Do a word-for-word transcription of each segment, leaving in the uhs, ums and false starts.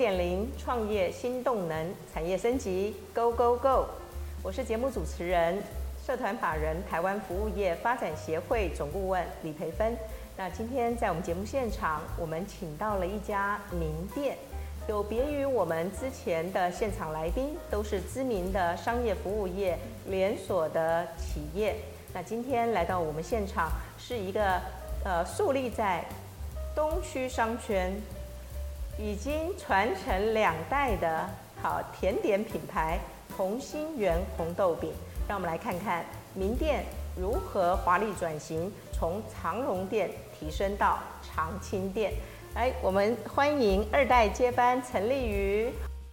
点零创业新动能，产业升级 ，Go Go Go！ 我是节目主持人、社团法人台湾服务业发展协会总顾问李培芬。那今天在我们节目现场，我们请到了一家名店，有别于我们之前的现场来宾，都是知名的商业服务业连锁的企业。那今天来到我们现场，是一个呃树立在东区商圈。已经传承两代的好甜点品牌同心圆红豆饼，让我们来看看名店如何华丽转型，从长荣店提升到长青店。来，我们欢迎二代接班陈丽瑜。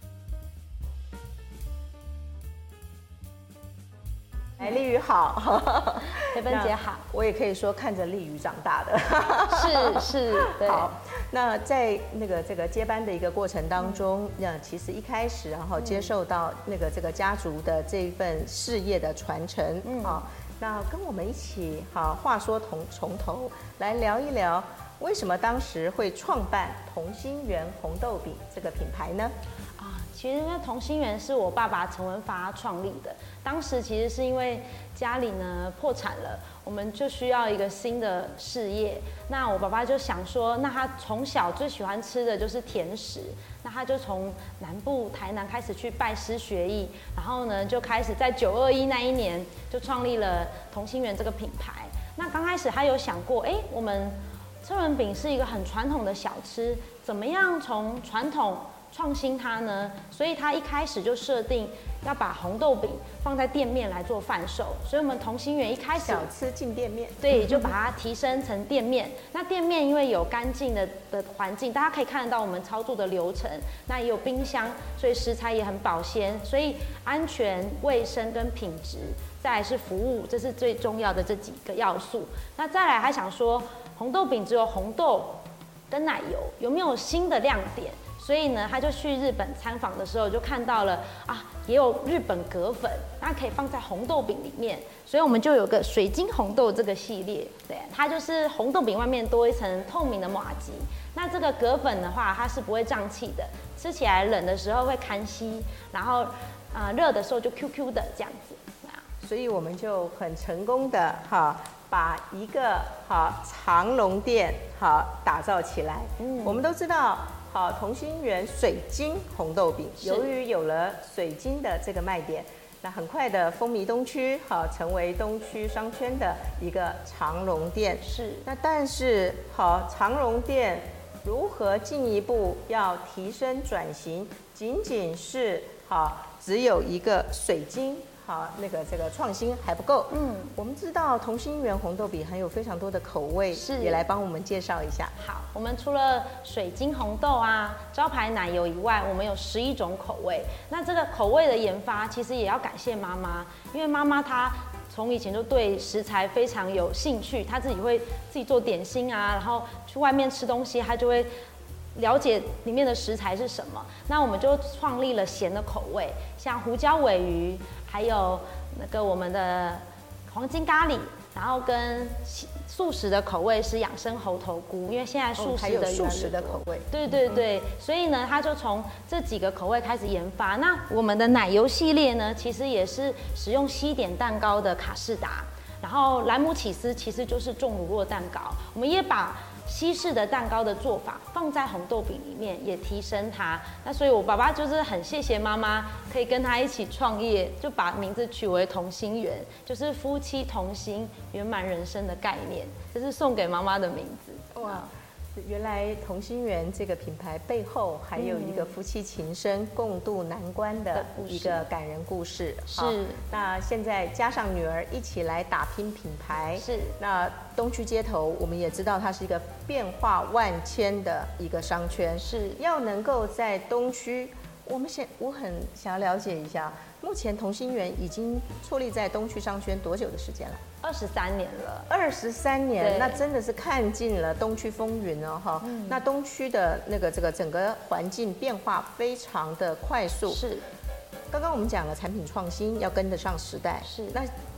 哎，丽瑜好， 培芬姐好。 我也可以说看着丽瑜长大的。 是是，对。 好，那在那个这个接班的一个过程当中，那其实一开始然后接受到那个这个家族的这一份事业的传承，嗯，好，那跟我们一起好话说从从头来聊一聊，为什么当时会创办同心圆红豆饼这个品牌呢？ 其实那同心圆是我爸爸陈文发创立的。当时其实是因为家里呢破产了，我们就需要一个新的事业。那我爸爸就想说，那他从小最喜欢吃的就是甜食，那他就从南部台南开始去拜师学艺，然后呢就开始在九二一那一年就创立了同心圆这个品牌。那刚开始他有想过，哎，我们车轮饼是一个很传统的小吃，怎么样从传统创新它呢？所以他一开始就设定要把红豆饼放在店面来做贩售，所以我们同心圆一开始小吃进店面， 对，就把它提升成店面。那店面因为有干净的的环境，大家可以看得到我们操作的流程，那也有冰箱，所以食材也很保鲜，所以安全、卫生跟品质，再来是服务，这是最重要的这几个要素。那再来还想说，红豆饼只有红豆跟奶油，有没有新的亮点？所以呢，他就去日本参访的时候，就看到了啊，也有日本葛粉，那可以放在红豆饼里面，所以我们就有个水晶红豆这个系列，对，它就是红豆饼外面多一层透明的麻糬。那这个葛粉的话，它是不会胀气的，吃起来冷的时候会堪吸，然后啊、呃、热的时候就 Q Q 的这样子。 所以我们就很成功的哈，把一个好长荣店好打造起来。嗯，我们都知道。好，同心圆水晶红豆饼，由于有了水晶的这个卖点，那很快的风靡东区，好，成为东区商圈的一个长荣店。 是。那但是好，长荣店如何进一步要提升转型？仅仅是好，只有一个水晶。好，那个这个创新还不够。嗯，我们知道同心圆红豆饼还有非常多的口味，是也来帮我们介绍一下。 好，我们除了水晶红豆啊、招牌奶油以外，我们有十一种口味。那这个口味的研发，其实也要感谢妈妈，因为妈妈她从以前就对食材非常有兴趣，她自己会自己做点心啊，然后去外面吃东西，她就会了解里面的食材是什么。那我们就创立了咸的口味，像胡椒鲔鱼。还有那个我们的黄金咖喱，然后跟素食的口味是养生猴头菇，因为现在素食的、哦、 还有素食的口味， 对对对，嗯、所以呢，他就从这几个口味开始研发。那我们的奶油系列呢，其实也是使用西点蛋糕的卡士达，然后兰姆起司其实就是重乳酪蛋糕，我们也把西式的蛋糕的做法放在红豆饼里面，也提升它。那所以我爸爸就是很谢谢妈妈，可以跟他一起创业，就把名字取为同心圆，就是夫妻同心，圆满人生的概念，这是送给妈妈的名字。哇， 原来同心圆这个品牌背后还有一个夫妻情深、共度难关的一个感人故事。 是。 那现在加上女儿一起来打拼品牌。 是。那东区街头，我们也知道它是一个变化万千的一个商圈。 是。要能够在东区，我们想，我很想要了解一下，目前同心圆已经矗立在东区商圈多久的时间了？ 二十三年了。 二十三年，那真的是看尽了东区风云哦，哈、嗯。那东区的那个这个整个环境变化非常的快速。 是。 刚刚我们讲了产品创新要跟得上时代。 是。 那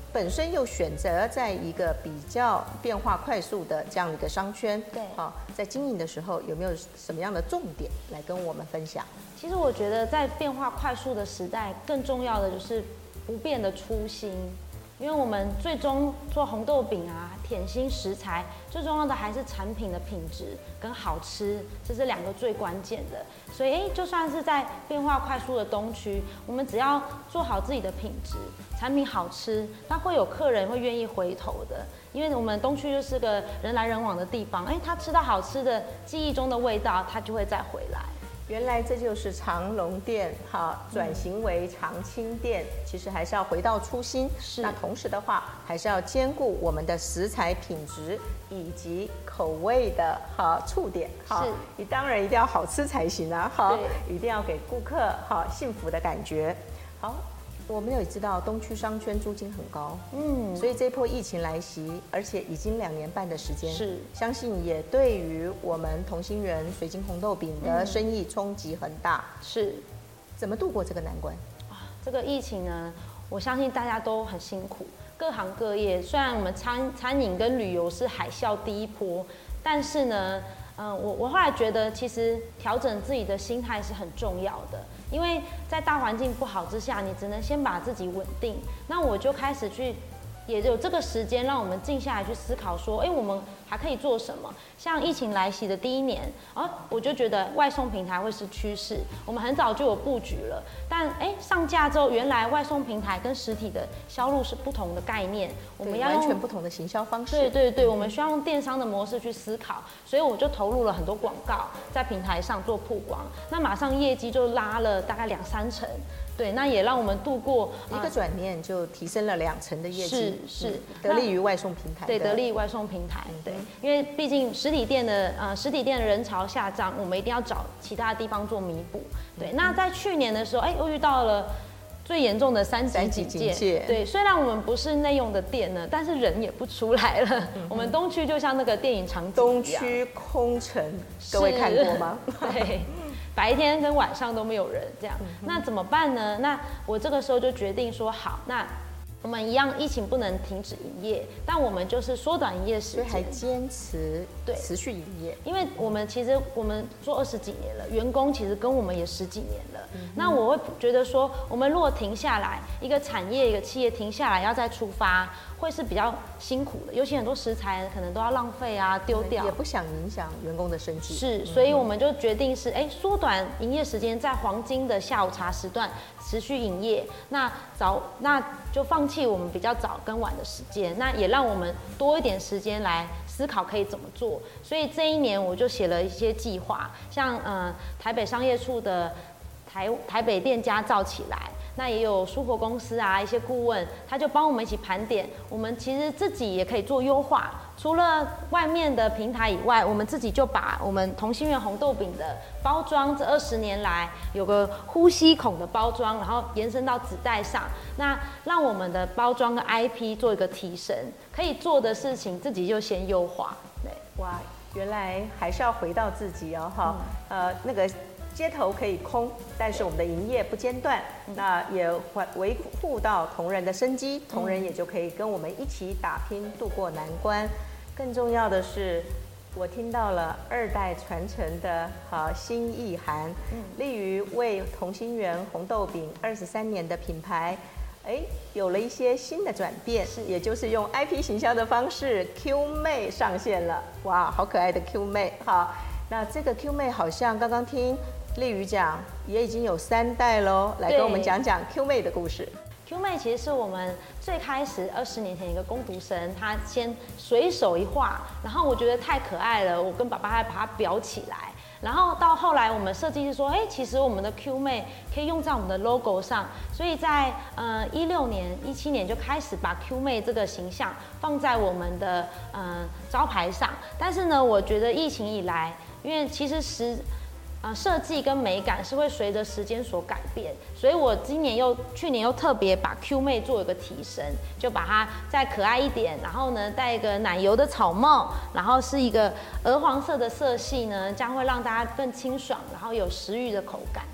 本身又选择在一个比较变化快速的这样的一个商圈， 对， 好，在经营的时候有没有什么样的重点来跟我们分享？ 其实我觉得在变化快速的时代，更重要的就是不变的初心。因为我们最终做红豆饼啊、甜心食材，最重要的还是产品的品质跟好吃，这是两个最关键的。所以，哎，就算是在变化快速的东区，我们只要做好自己的品质，产品好吃，那会有客人会愿意回头的。因为我们东区就是个人来人往的地方，哎，他吃到好吃的记忆中的味道，他就会再回来。 原来这就是长隆店，好，转型为长青店，其实还是要回到初心。 是。 那同时的话，还是要兼顾我们的食材品质以及口味的好触点。好，你当然一定要好吃才行啊。好，一定要给顾客好幸福的感觉。好。我们也知道东区商圈租金很高，嗯，所以这波疫情来袭，而且已经两年半的时间， 是相信也对于我们同心圆水晶红豆饼的生意冲击很大。 是， 怎么度过这个难关？ 啊，这个疫情呢，我相信大家都很辛苦，各行各业。虽然我们餐餐饮跟旅游是海啸第一波，但是呢，嗯，我我后来觉得，其实调整自己的心态是很重要的。因为在大环境不好之下，你只能先把自己稳定。那我就开始去，也有这个时间让我们静下来去思考，说，哎，我们还可以做什么？像疫情来袭的第一年，啊，我就觉得外送平台会是趋势，我们很早就有布局了。但哎，上架之后，原来外送平台跟实体的销路是不同的概念，我们要完全不同的行销方式。 对对对，我们需要用电商的模式去思考，所以我就投入了很多广告在平台上做曝光，那马上业绩就拉了大概两三成。对，那也让我们度过一个转念，就提升了两成的业绩， 是是、嗯、 得力于外送平台。 对，得力于外送平台。对，因为毕竟实体店的呃实体店的人潮下降，我们一定要找其他地方做弥补。对，那在去年的时候，哎，又遇到了最严重的三级警戒。对，虽然我们不是内用的店呢，但是人也不出来了。嗯、我们东区就像那个电影场景东区空城，各位看过吗？ 对。白天跟晚上都没有人，这样，那怎么办呢？那我这个时候就决定说，好，那我们一样，疫情不能停止营业，但我们就是缩短营业时间， 所以还坚持对持续营业。 因为我们其实我们做二十几年了，员工其实跟我们也十几年了。嗯、那我会觉得说，我们如果停下来，一个产业一个企业停下来要再出发，会是比较辛苦的，尤其很多食材可能都要浪费啊，丢掉， 也不想影响员工的生计。 是，所以我们就决定是，哎，缩短营业时间，在黄金的下午茶时段持续营业。那早那就放弃我们比较早跟晚的时间，那也让我们多一点时间来思考可以怎么做。所以这一年我就写了一些计划，像呃台北商业处的台台北店家造起来。那也有蔬果公司啊，一些顾问，他就帮我们一起盘点。我们其实自己也可以做优化，除了外面的平台以外，我们自己就把我们同心圆红豆饼的包装，这二十年来有个呼吸孔的包装，然后延伸到纸袋上，那让我们的包装跟 I P 做一个提升。可以做的事情，自己就先优化。对， 哇，原来还是要回到自己哦，哈、嗯，呃，那个。街头可以空，但是我们的营业不间断，那也维护到同仁的生机，同仁也就可以跟我们一起打拼度过难关。更重要的是，我听到了二代传承的好新意涵，立于为同心圆红豆饼二十三年的品牌，哎，有了一些新的转变，也就是用 I P 行销的方式 ，Q 妹上线了，哇，好可爱的 Q 妹，好，那这个 Q 妹好像刚刚听。丽宇讲也已经有三代喽，来跟我们讲讲 Q 妹的故事。 Q 妹其实是我们最开始二十年前一个工读生，她先随手一画，然后我觉得太可爱了，我跟爸爸还把它裱起来。然后到后来我们设计师说，哎，其实我们的 Q 妹可以用在我们的 logo 上，所以在呃一六年、一七年就开始把 Q 妹这个形象放在我们的呃招牌上。但是呢，我觉得疫情以来，因为其实实呃，设计跟美感是会随着时间所改变，所以我今年又去年又特别把 Q 妹做一个提升，就把它再可爱一点，然后呢戴一个奶油的草帽，然后是一个鹅黄色的色系呢，将会让大家更清爽，然后有食欲的口感。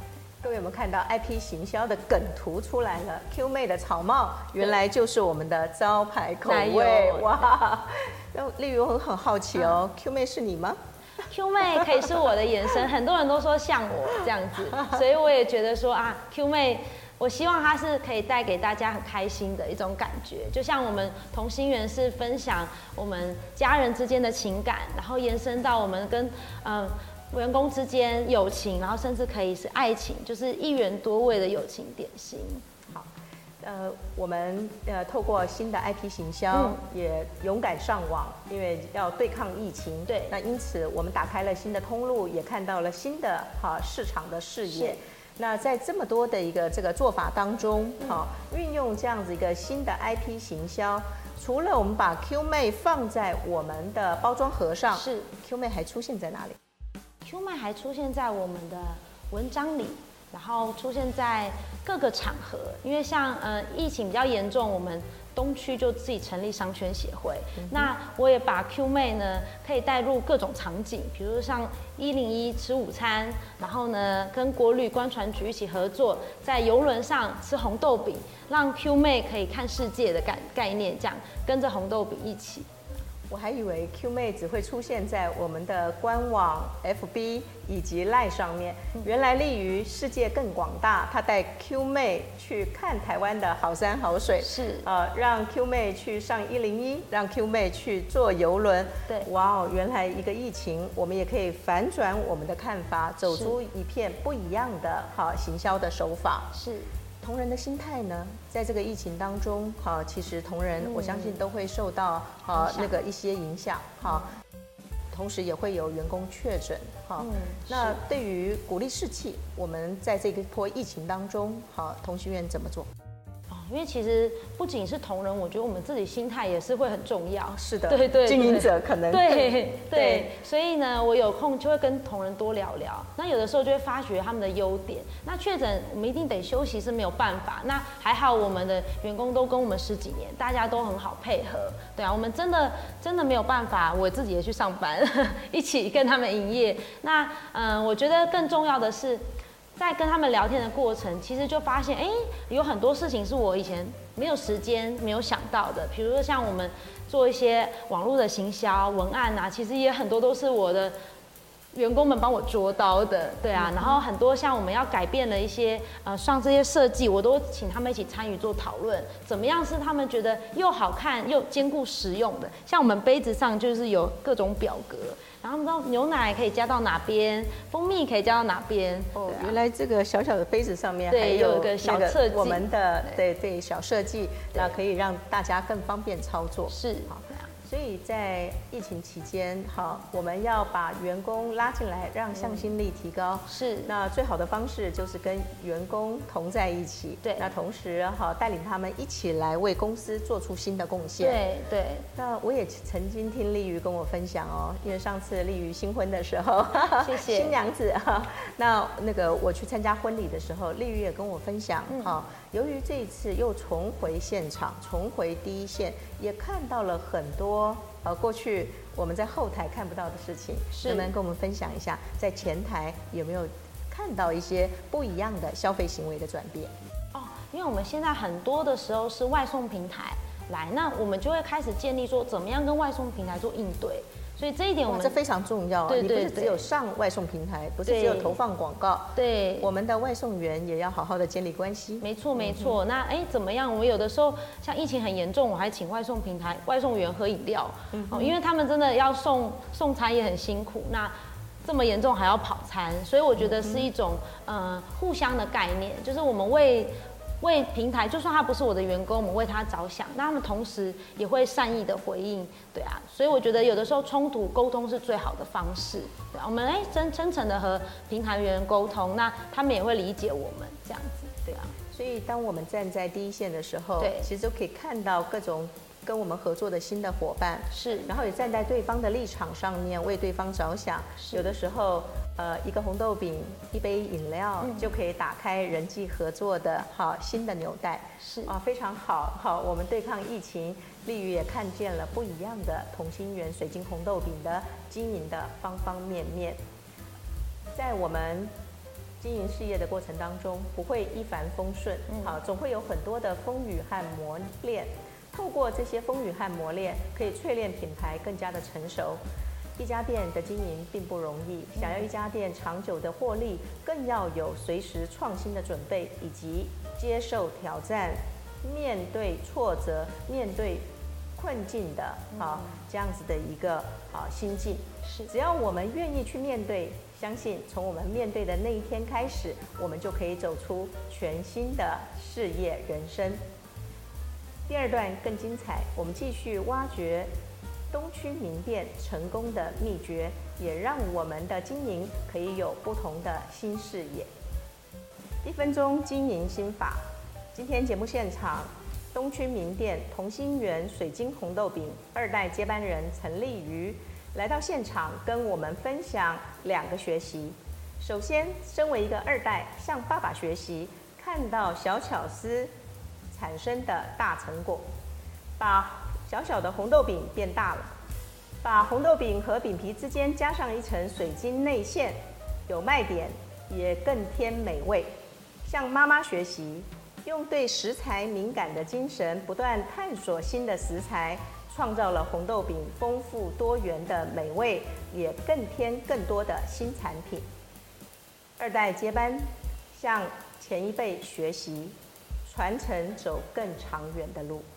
各位有没有看到 I P 行销的梗图出来了 ？Q 妹的草帽原来就是我们的招牌口味哇！那丽宇我很好奇哦、嗯、，Q 妹是你吗？ Q 妹可以是我的延伸，很多人都说像我这样子，所以我也觉得说啊 ，Q 妹，我希望她是可以带给大家很开心的一种感觉，就像我们同心圆是分享我们家人之间的情感，然后延伸到我们跟嗯。员工之间友情，然后甚至可以是爱情，就是一元多味的友情点心。 好，呃，我们呃透过新的 I P 行销，嗯、也勇敢上网，因为要对抗疫情。 对。 那因此我们打开了新的通路，也看到了新的哈市场的视野。那在这么多的一个这个做法当中，好、嗯，运用这样子一个新的 I P 行销。除了我们把 Q 妹放在我们的包装盒上， 是 Q 妹还出现在哪里？ Q 妹还出现在我们的文章里，然后出现在各个场合。因为像呃疫情比较严重，我们东区就自己成立商圈协会。嗯、那我也把 Q 妹呢可以带入各种场景，比如像一零一吃午餐，然后呢跟国旅观船局一起合作，在游轮上吃红豆饼，让 Q 妹可以看世界的概概念，这样跟着红豆饼一起。 我还以为 Q 妹只会出现在我们的官网、F B 以及 Line 上面，原来立于世界更广大，她带 Q 妹去看台湾的好山好水， 是呃，让 Q 妹去上一零一，让 Q 妹去坐游轮， 对， 哇哦，原来一个疫情，我们也可以反转我们的看法，走出一片不一样的好行销的手法， 是。 同仁的心态呢，在这个疫情当中，哈，其实同仁我相信都会受到哈那个一些影响，哈，同时也会有员工确诊，哈。那对于鼓励士气，我们在这个波疫情当中，哈，同心圆怎么做？ 因为其实不仅是同仁，我觉得我们自己心态也是会很重要。 是的， 对对， 经营者可能对对，所以呢，我有空就会跟同仁多聊聊。那有的时候就会发掘他们的优点。那确诊我们一定得休息是没有办法。那还好我们的员工都跟我们十几年，大家都很好配合。对啊，我们真的真的没有办法，我自己也去上班，一起跟他们营业。那嗯、呃，我觉得更重要的是。 在跟他们聊天的过程，其实就发现，哎，有很多事情是我以前没有时间、没有想到的。比如说像我们做一些网络的行销文案啊，其实也很多都是我的员工们帮我捉刀的，对啊。然后很多像我们要改变的一些呃上这些设计，我都请他们一起参与做讨论，怎么样是他们觉得又好看又兼顾实用的。像我们杯子上就是有各种表格。 然后他们知道牛奶可以加到哪边，蜂蜜可以加到哪边。 哦，啊、原来这个小小的杯子上面还有有一个小设计， 我们的对对小设计，那可以让大家更方便操作。 是， 好。所以在疫情期间，好，我们要把员工拉进来，让向心力提高。 是， 那最好的方式就是跟员工同在一起。 对， 那同时好带领他们一起来为公司做出新的贡献。 对对。 那我也曾经听丽瑜跟我分享哦，因为上次丽瑜新婚的时候， 谢谢新娘子哈，那那个我去参加婚礼的时候，丽瑜也跟我分享哈。嗯 由于这一次又重回现场，重回第一线，也看到了很多呃过去我们在后台看不到的事情，能不能跟我们分享一下，在前台有没有看到一些不一样的消费行为的转变？ 哦，因为我们现在很多的时候是外送平台来，那我们就会开始建立说怎么样跟外送平台做应对。 所以这一点我们这非常重要啊！ 对对对， 你不是只有上外送平台，不是只有投放广告， 对， 我们的外送员也要好好的建立关系。 没错没错。嗯、那哎怎么样？我们有的时候像疫情很严重，我还请外送平台外送员喝饮料，嗯、哦，因为他们真的要送送餐也很辛苦。那这么严重还要跑餐，所以我觉得是一种嗯、呃、互相的概念，就是我们为。 为平台，就算他不是我的员工，我们为他着想，那他们同时也会善意的回应，对啊，所以我觉得有的时候冲突沟通是最好的方式，对啊，我们哎真真诚的和平台员沟通，那他们也会理解我们这样子，对啊， 所以当我们站在第一线的时候， 对， 其实就可以看到各种。 跟我们合作的新的伙伴是， 然后也站在对方的立场上面为对方着想。有的时候，呃，一个红豆饼、一杯饮料、嗯、就可以打开人际合作的好新的纽带。 是啊，非常好。好，我们对抗疫情，丽瑜也看见了不一样的同心圆水晶红豆饼的经营的方方面面。在我们经营事业的过程当中，不会一帆风顺，好，总会有很多的风雨和磨练。透过这些风雨和磨练，可以淬炼品牌更加的成熟。一家店的经营并不容易，想要一家店长久的获利，更要有随时创新的准备，以及接受挑战、面对挫折、面对困境的啊这样子的一个啊心境。 是， 只要我们愿意去面对，相信从我们面对的那一天开始，我们就可以走出全新的事业人生。第二段更精彩，我们继续挖掘东区名店成功的秘诀，也让我们的经营可以有不同的新视野。一分钟经营心法，今天节目现场，东区名店同心园水晶红豆饼二代接班人陈丽瑜来到现场，跟我们分享两个学习。首先，身为一个二代，向爸爸学习，看到小巧思产生的大成果，把小小的红豆饼变大了，把红豆饼和饼皮之间加上一层水晶内馅，有卖点，也更添美味。向妈妈学习，用对食材敏感的精神，不断探索新的食材，创造了红豆饼丰富多元的美味，也更添更多的新产品。二代接班，向前一辈学习，传承走更长远的路。